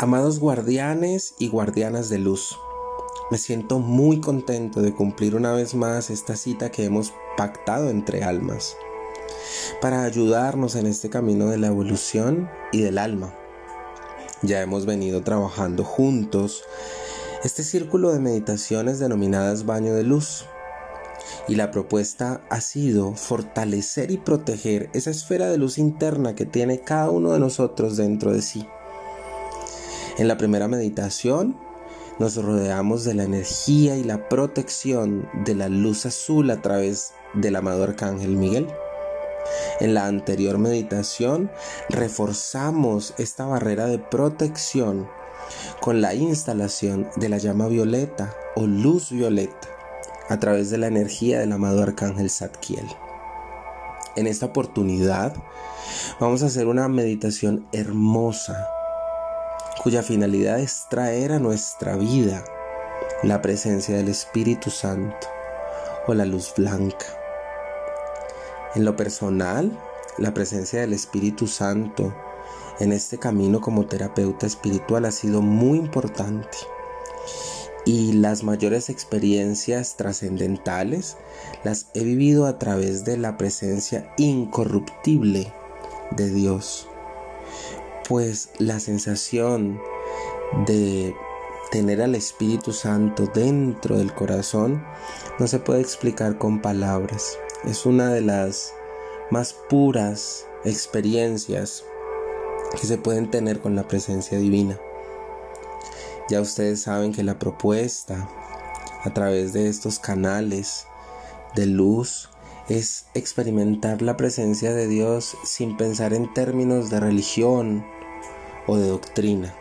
Amados guardianes y guardianas de luz, me siento muy contento de cumplir una vez más esta cita que hemos pactado entre almas, para ayudarnos en este camino de la evolución y del alma. Ya hemos venido trabajando juntos este círculo de meditaciones denominadas Baño de Luz, y la propuesta ha sido fortalecer y proteger esa esfera de luz interna que tiene cada uno de nosotros dentro de sí. En la primera meditación nos rodeamos de la energía y la protección de la luz azul a través del amado Arcángel Miguel. En la anterior meditación reforzamos esta barrera de protección con la instalación de la llama violeta o luz violeta a través de la energía del amado Arcángel Zadkiel. En esta oportunidad vamos a hacer una meditación hermosa, cuya finalidad es traer a nuestra vida la presencia del Espíritu Santo o la luz blanca. En lo personal, la presencia del Espíritu Santo en este camino como terapeuta espiritual ha sido muy importante, y las mayores experiencias trascendentales las he vivido a través de la presencia incorruptible de Dios. Pues la sensación de tener al Espíritu Santo dentro del corazón no se puede explicar con palabras. Es una de las más puras experiencias que se pueden tener con la presencia divina. Ya ustedes saben que la propuesta a través de estos canales de luz es experimentar la presencia de Dios sin pensar en términos de religión o de doctrina.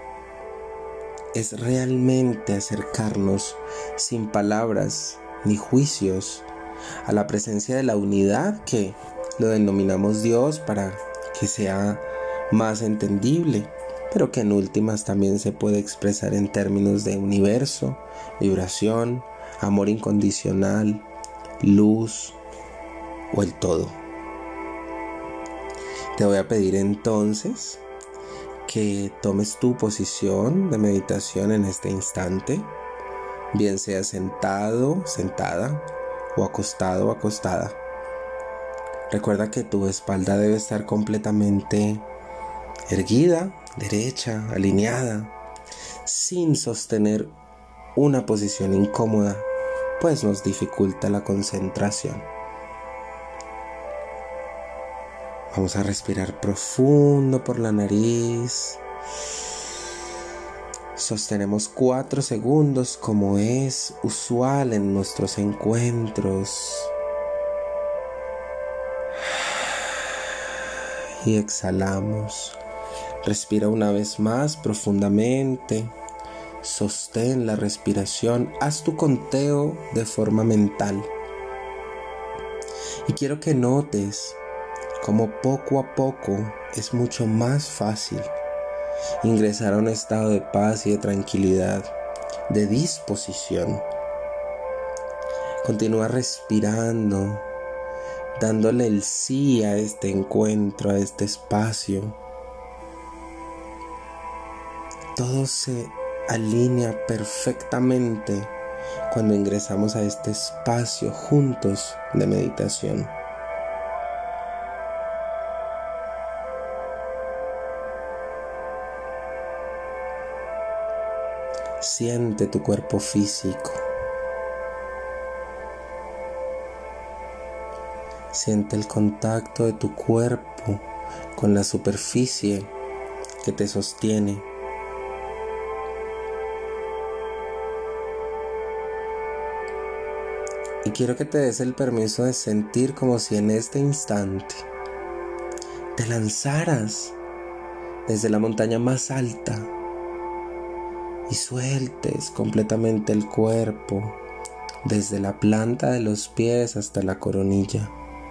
Es realmente acercarnos sin palabras ni juicios a la presencia de la unidad, que lo denominamos Dios para que sea más entendible, pero que en últimas también se puede expresar en términos de universo, vibración, amor incondicional, luz o el todo. Te voy a pedir entonces que tomes tu posición de meditación en este instante, bien sea sentado, sentada, o acostado o acostada. Recuerda que tu espalda debe estar completamente erguida, derecha, alineada, sin sostener una posición incómoda, pues nos dificulta la concentración. Vamos a respirar profundo por la nariz. Sostenemos 4 segundos como es usual en nuestros encuentros. Y exhalamos. Respira una vez más profundamente. Sostén la respiración. Haz tu conteo de forma mental. Y quiero que notes cómo poco a poco es mucho más fácil ingresar a un estado de paz y de tranquilidad, de disposición. Continúa respirando, dándole el sí a este encuentro, a este espacio. Todo se alinea perfectamente cuando ingresamos a este espacio juntos de meditación. Siente tu cuerpo físico. Siente el contacto de tu cuerpo con la superficie que te sostiene. Y quiero que te des el permiso de sentir como si en este instante te lanzaras desde la montaña más alta y sueltes completamente el cuerpo desde la planta de los pies hasta la coronilla.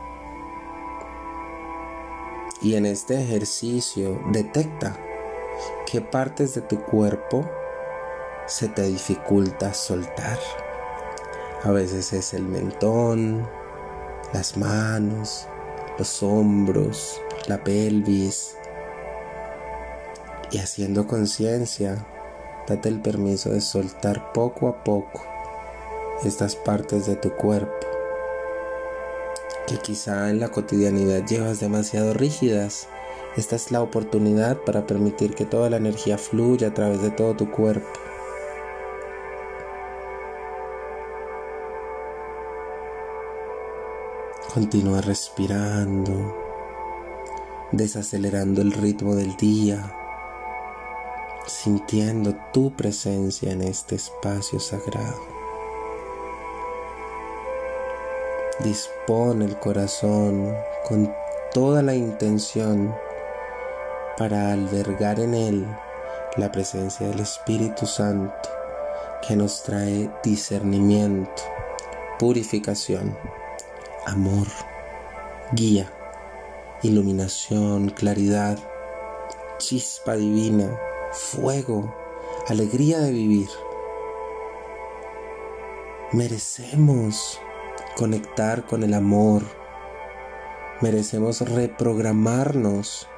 Y en este ejercicio detecta qué partes de tu cuerpo se te dificulta soltar. A veces es el mentón, las manos, los hombros, la pelvis, Y haciendo conciencia, date el permiso de soltar poco a poco estas partes de tu cuerpo que quizá en la cotidianidad llevas demasiado rígidas. Esta es la oportunidad para permitir que toda la energía fluya a través de todo tu cuerpo. Continúa respirando, desacelerando el ritmo del día, sintiendo tu presencia en este espacio sagrado. Dispone el corazón con toda la intención para albergar en él la presencia del Espíritu Santo, que nos trae discernimiento, purificación, amor, guía, iluminación, claridad, chispa divina, fuego, alegría de vivir. Merecemos conectar con el amor, merecemos reprogramarnos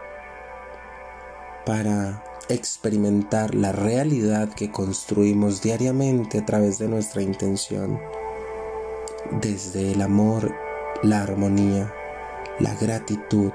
para experimentar la realidad que construimos diariamente a través de nuestra intención, desde el amor, la armonía, la gratitud.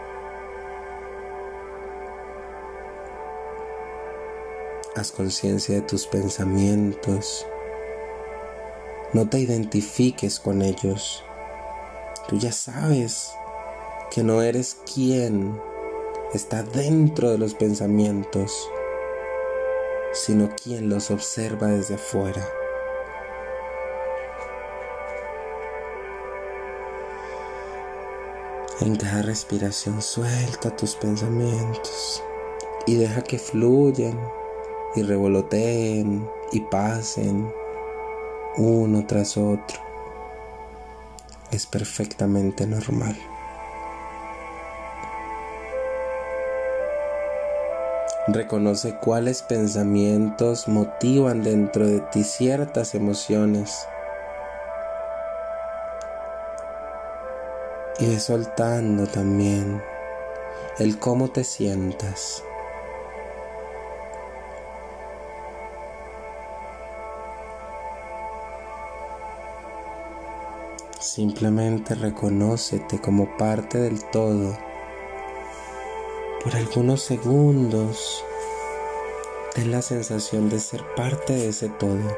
Haz conciencia de tus pensamientos. No te identifiques con ellos. Tú ya sabes que no eres quien está dentro de los pensamientos, sino quien los observa desde fuera. En cada respiración suelta tus pensamientos y deja que fluyan y revoloteen y pasen uno tras otro. Es perfectamente normal. Reconoce cuáles pensamientos motivan dentro de ti ciertas emociones. Y ve soltando también el cómo te sientas. Simplemente reconócete como parte del todo. Por algunos segundos, ten la sensación de ser parte de ese todo.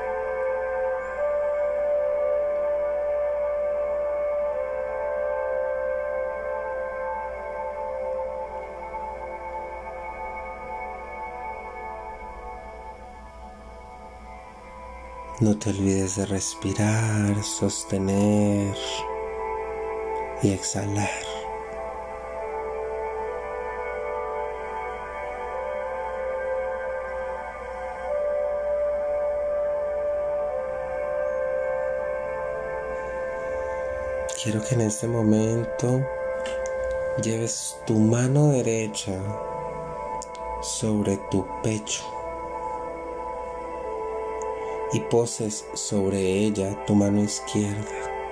No te olvides de respirar, sostener y exhalar. Quiero que en este momento lleves tu mano derecha sobre tu pecho y poses sobre ella tu mano izquierda.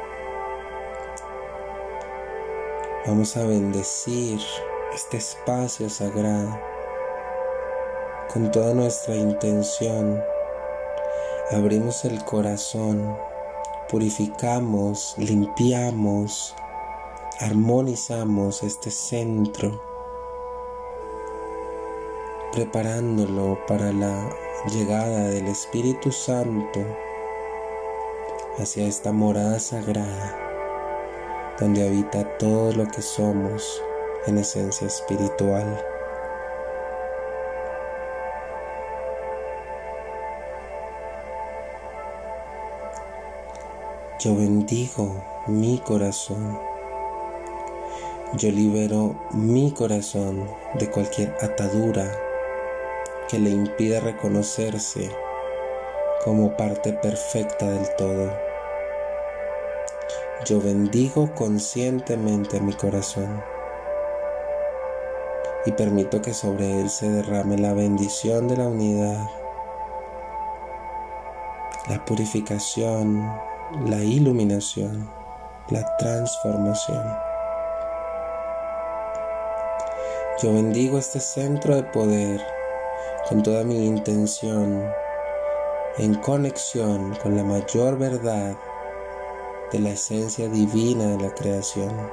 Vamos a bendecir este espacio sagrado con toda nuestra intención. Abrimos el corazón, purificamos, limpiamos, armonizamos este centro, preparándolo para la llegada del Espíritu Santo hacia esta morada sagrada donde habita todo lo que somos en esencia espiritual. Yo bendigo mi corazón. Yo libero mi corazón de cualquier atadura que le impida reconocerse como parte perfecta del todo. Yo bendigo conscientemente mi corazón y permito que sobre él se derrame la bendición de la unidad, la purificación, la iluminación, la transformación. Yo bendigo este centro de poder con toda mi intención, en conexión con la mayor verdad de la esencia divina de la creación.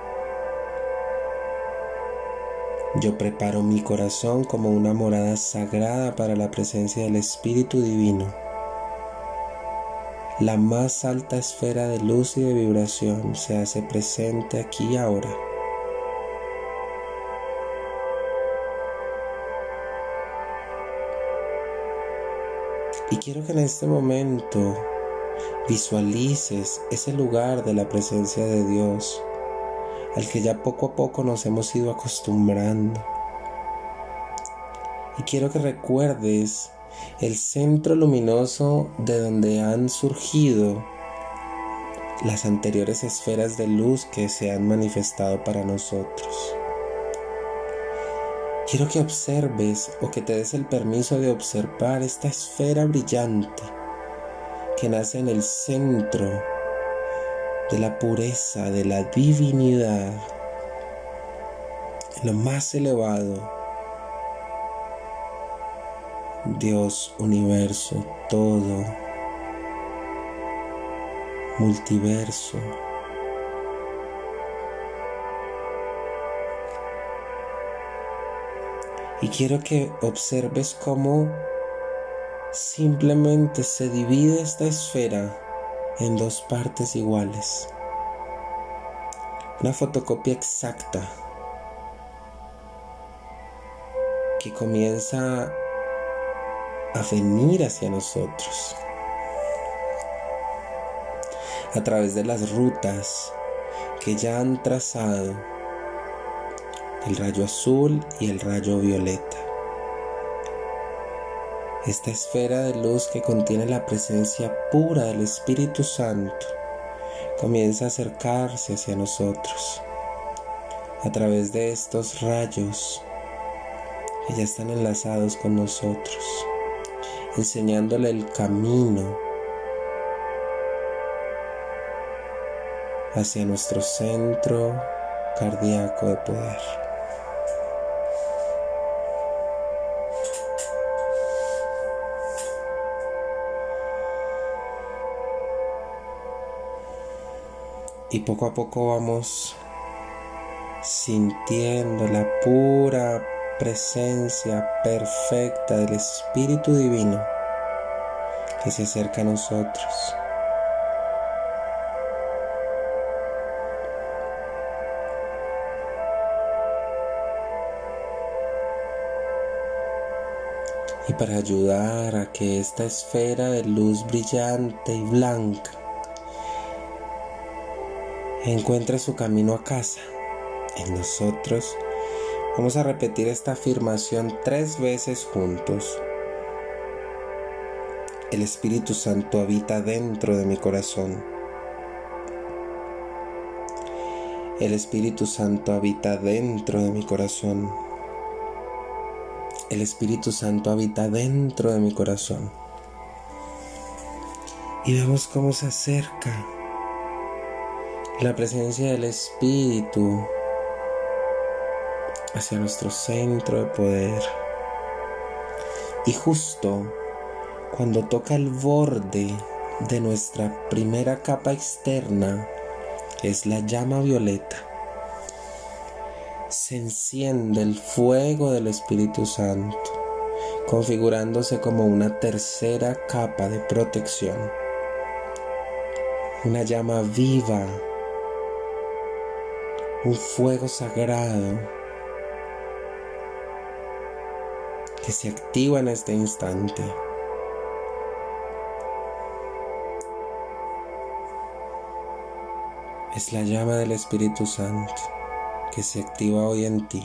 Yo preparo mi corazón como una morada sagrada para la presencia del Espíritu Divino. La más alta esfera de luz y de vibración se hace presente aquí y ahora. Y quiero que en este momento visualices ese lugar de la presencia de Dios, al que ya poco a poco nos hemos ido acostumbrando. Y quiero que recuerdes el centro luminoso de donde han surgido las anteriores esferas de luz que se han manifestado para nosotros. Quiero que observes o que te des el permiso de observar esta esfera brillante que nace en el centro de la pureza, de la divinidad, en lo más elevado. Dios, universo, todo, multiverso. Y quiero que observes cómo simplemente se divide esta esfera en dos partes iguales. Una fotocopia exacta que comienza a venir hacia nosotros a través de las rutas que ya han trazado el rayo azul y el rayo violeta. Esta esfera de luz que contiene la presencia pura del Espíritu Santo comienza a acercarse hacia nosotros a través de estos rayos que ya están enlazados con nosotros, enseñándole el camino hacia nuestro centro cardíaco de poder. Y poco a poco vamos sintiendo la pura presencia perfecta del Espíritu Divino que se acerca a nosotros. Y para ayudar a que esta esfera de luz brillante y blanca encuentre su camino a casa en nosotros, vamos a repetir esta afirmación 3 veces juntos. El Espíritu Santo habita dentro de mi corazón. El Espíritu Santo habita dentro de mi corazón. El Espíritu Santo habita dentro de mi corazón. Y vemos cómo se acerca la presencia del Espíritu hacia nuestro centro de poder. Y justo cuando toca el borde de nuestra primera capa externa, que es la llama violeta, se enciende el fuego del Espíritu Santo, configurándose como una tercera capa de protección. Una llama viva, un fuego sagrado que se activa en este instante. Es la llama del Espíritu Santo que se activa hoy en ti.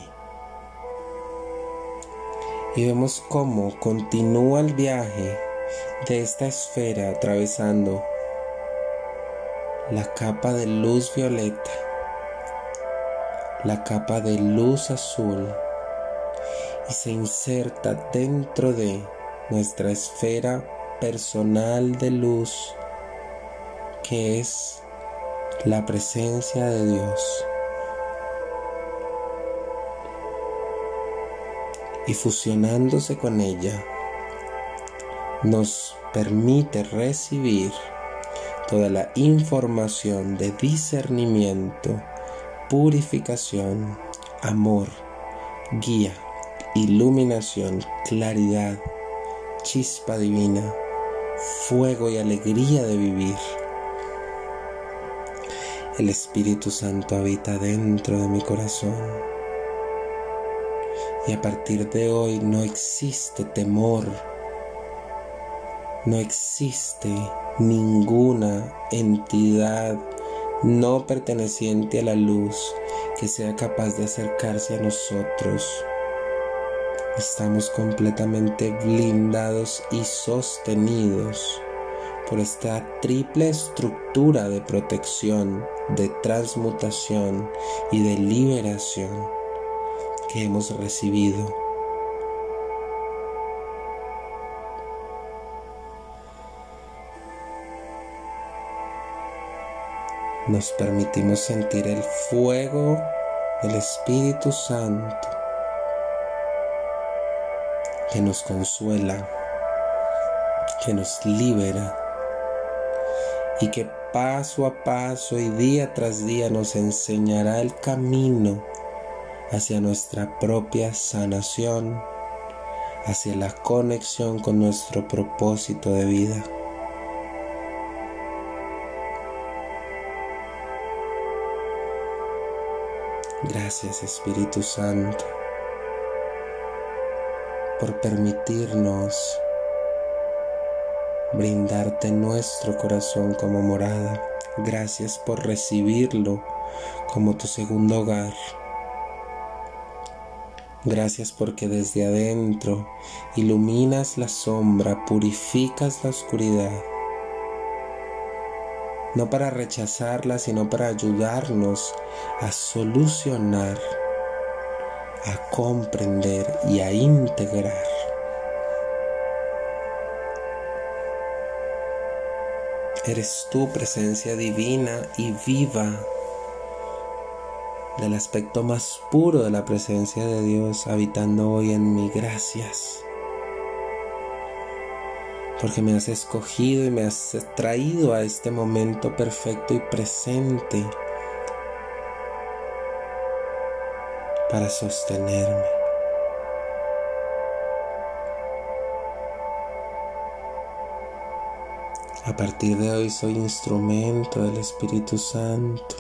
Y vemos cómo continúa el viaje de esta esfera atravesando la capa de luz violeta, la capa de luz azul, y se inserta dentro de nuestra esfera personal de luz, que es la presencia de Dios. y fusionándose con ella, nos permite recibir toda la información de discernimiento, purificación, amor, guía, iluminación, claridad, chispa divina, fuego y alegría de vivir. El Espíritu Santo habita dentro de mi corazón y a partir de hoy no existe temor, no existe ninguna entidad no perteneciente a la luz que sea capaz de acercarse a nosotros. Estamos completamente blindados y sostenidos por esta triple estructura de protección, de transmutación y de liberación que hemos recibido. Nos permitimos sentir el fuego del Espíritu Santo que nos consuela, que nos libera y que paso a paso y día tras día nos enseñará el camino hacia nuestra propia sanación, hacia la conexión con nuestro propósito de vida. Gracias, Espíritu Santo, por permitirnos brindarte nuestro corazón como morada. Gracias por recibirlo como tu segundo hogar. Gracias porque desde adentro iluminas la sombra, purificas la oscuridad. No para rechazarla, sino para ayudarnos a solucionar, a comprender y a integrar. Eres tu presencia divina y viva, del aspecto más puro de la presencia de Dios habitando hoy en mí. Gracias, porque me has escogido y me has traído a este momento perfecto y presente para sostenerme. A partir de hoy soy instrumento del Espíritu Santo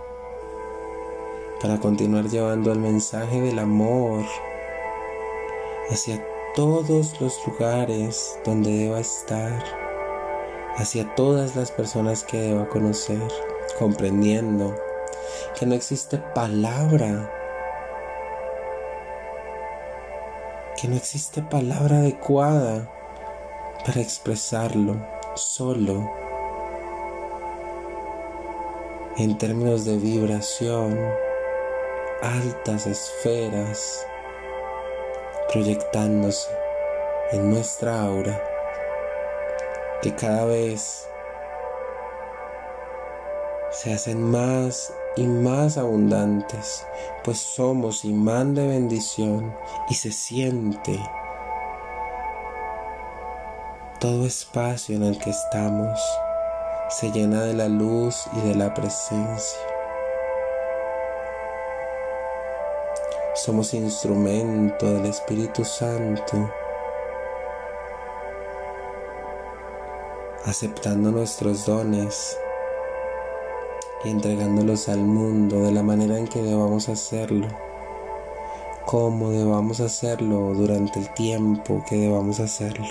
para continuar llevando el mensaje del amor hacia todos los lugares donde deba estar, hacia todas las personas que deba conocer, comprendiendo que no existe palabra, que no existe palabra adecuada para expresarlo, solo en términos de vibración, altas esferas proyectándose en nuestra aura, que cada vez se hacen más y más abundantes, pues somos imán de bendición y se siente todo espacio en el que estamos se llena de la luz y de la presencia. Somos instrumento del Espíritu Santo, aceptando nuestros dones y entregándolos al mundo de la manera en que debamos hacerlo, cómo debamos hacerlo, durante el tiempo que debamos hacerlo.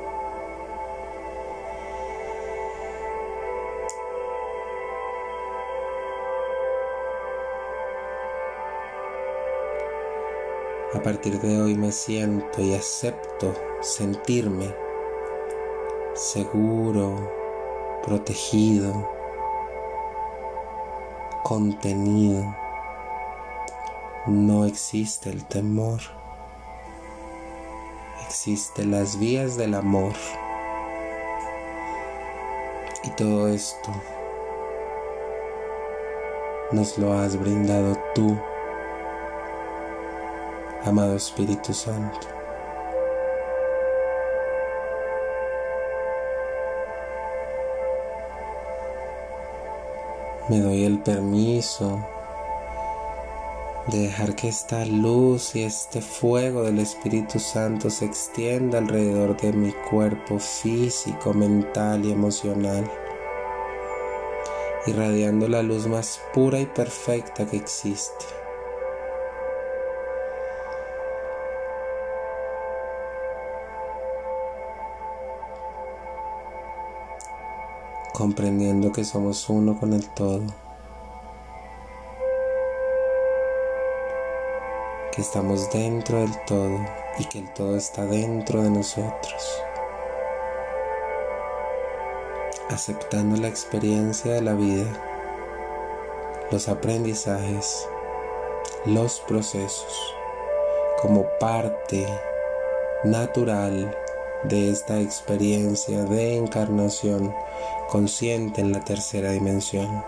A partir de hoy me siento y acepto sentirme seguro, protegido, contenido. No existe el temor, existen las vías del amor. Y todo esto nos lo has brindado tú, amado Espíritu Santo. Me doy el permiso de dejar que esta luz y este fuego del Espíritu Santo se extienda alrededor de mi cuerpo físico, mental y emocional, irradiando la luz más pura y perfecta que existe. Comprendiendo que somos uno con el todo, que estamos dentro del todo y que el todo está dentro de nosotros, aceptando la experiencia de la vida, los aprendizajes, los procesos como parte natural de esta experiencia de encarnación consciente en la tercera dimensión.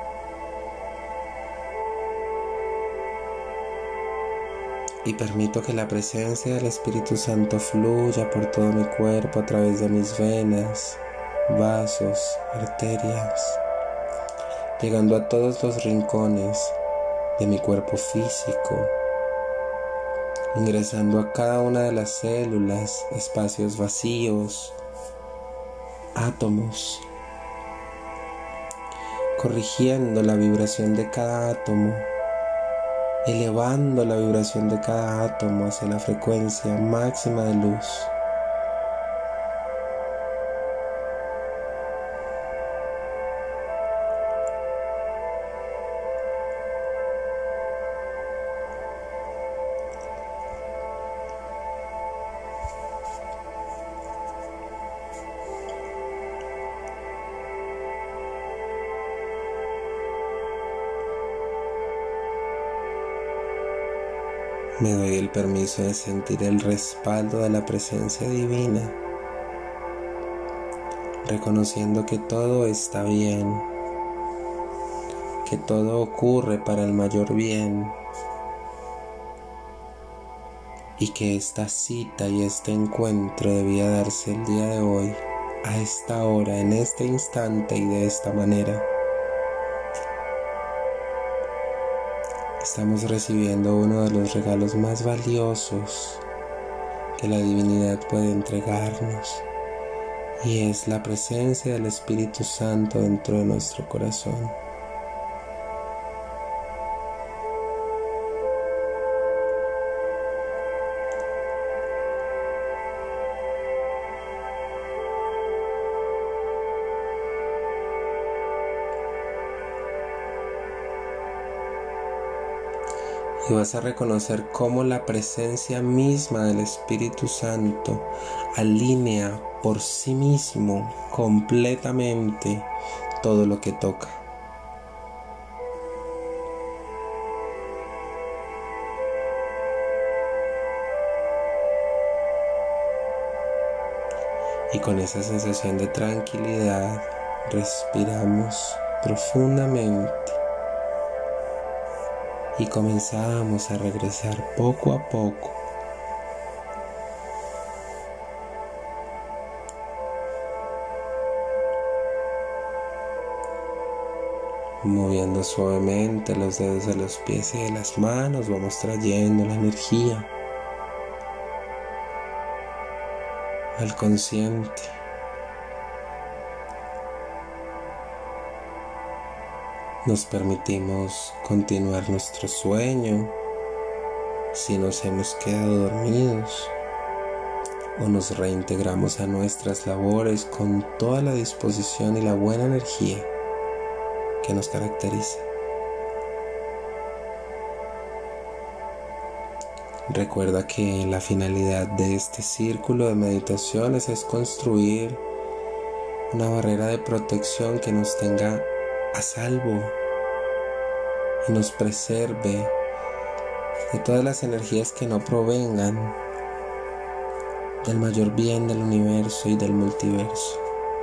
Y permito que la presencia del Espíritu Santo fluya por todo mi cuerpo a través de mis venas, vasos, arterias, llegando a todos los rincones de mi cuerpo físico, ingresando a cada una de las células, espacios vacíos, átomos, corrigiendo la vibración de cada átomo, elevando la vibración de cada átomo hacia la frecuencia máxima de luz. Me doy el permiso de sentir el respaldo de la presencia divina, reconociendo que todo está bien, que todo ocurre para el mayor bien y que esta cita y este encuentro debía darse el día de hoy, a esta hora, en este instante y de esta manera. Estamos recibiendo uno de los regalos más valiosos que la divinidad puede entregarnos, y es la presencia del Espíritu Santo dentro de nuestro corazón. Y vas a reconocer cómo la presencia misma del Espíritu Santo alinea por sí mismo completamente todo lo que toca. Y con esa sensación de tranquilidad respiramos profundamente. Y comenzamos a regresar poco a poco, moviendo suavemente los dedos de los pies y de las manos. Vamos trayendo la energía al consciente. Nos permitimos continuar nuestro sueño si nos hemos quedado dormidos, o nos reintegramos a nuestras labores con toda la disposición y la buena energía que nos caracteriza. Recuerda que la finalidad de este círculo de meditaciones es construir una barrera de protección que nos tenga a salvo y nos preserve de todas las energías que no provengan del mayor bien del universo y del multiverso.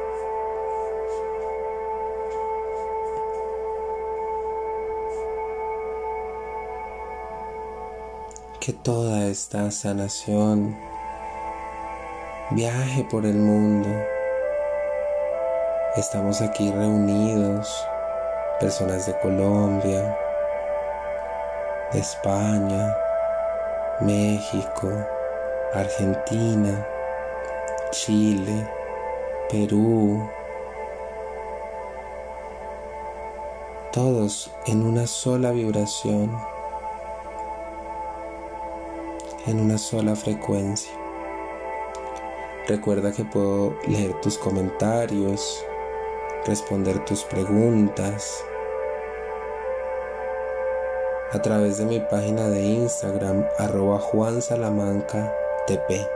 Que toda esta sanación viaje por el mundo. Estamos aquí reunidos personas de Colombia, de España, México, Argentina, Chile, Perú, todos en una sola vibración, en una sola frecuencia. Recuerda que puedo leer tus comentarios, responder tus preguntas a través de mi página de Instagram @JuanSalamancaTP.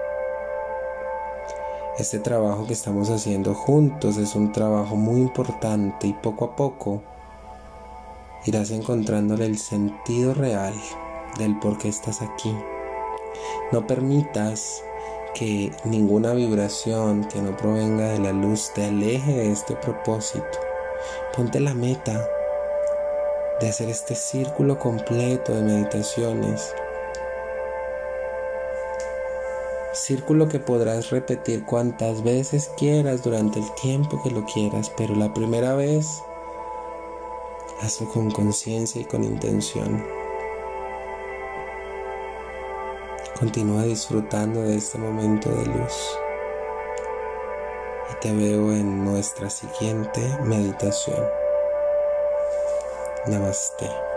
Este trabajo que estamos haciendo juntos es un trabajo muy importante y poco a poco irás encontrándole el sentido real del por qué estás aquí. No permitas que ninguna vibración que no provenga de la luz te aleje de este propósito. Ponte la meta de hacer este círculo completo de meditaciones. Círculo que podrás repetir cuantas veces quieras durante el tiempo que lo quieras, pero la primera vez hazlo con conciencia y con intención. Continúa disfrutando de este momento de luz y te veo en nuestra siguiente meditación. Namaste.